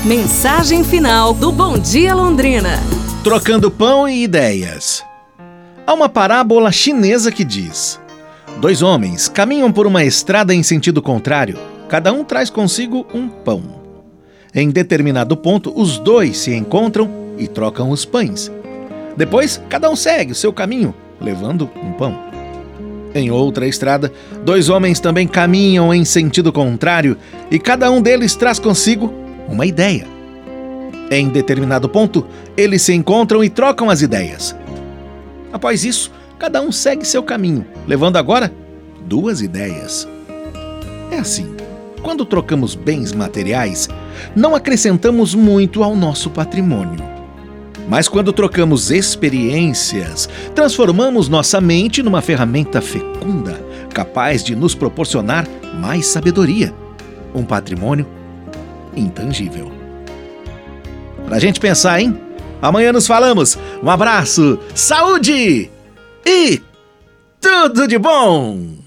Mensagem final do Bom Dia Londrina. Trocando pão e ideias. Há uma parábola chinesa que diz: 2 homens caminham por uma estrada em sentido contrário. Cada um traz consigo um pão. Em determinado ponto, os 2 se encontram e trocam os pães. Depois, cada um segue o seu caminho, levando um pão. Em outra estrada, 2 homens também caminham em sentido contrário e cada um deles traz consigo uma ideia. Em determinado ponto, eles se encontram e trocam as ideias. Após isso, cada um segue seu caminho, levando agora 2 ideias. É assim, quando trocamos bens materiais, não acrescentamos muito ao nosso patrimônio. Mas quando trocamos experiências, transformamos nossa mente numa ferramenta fecunda, capaz de nos proporcionar mais sabedoria, um patrimônio intangível. Pra gente pensar, hein? Amanhã nos falamos. Um abraço, saúde e tudo de bom!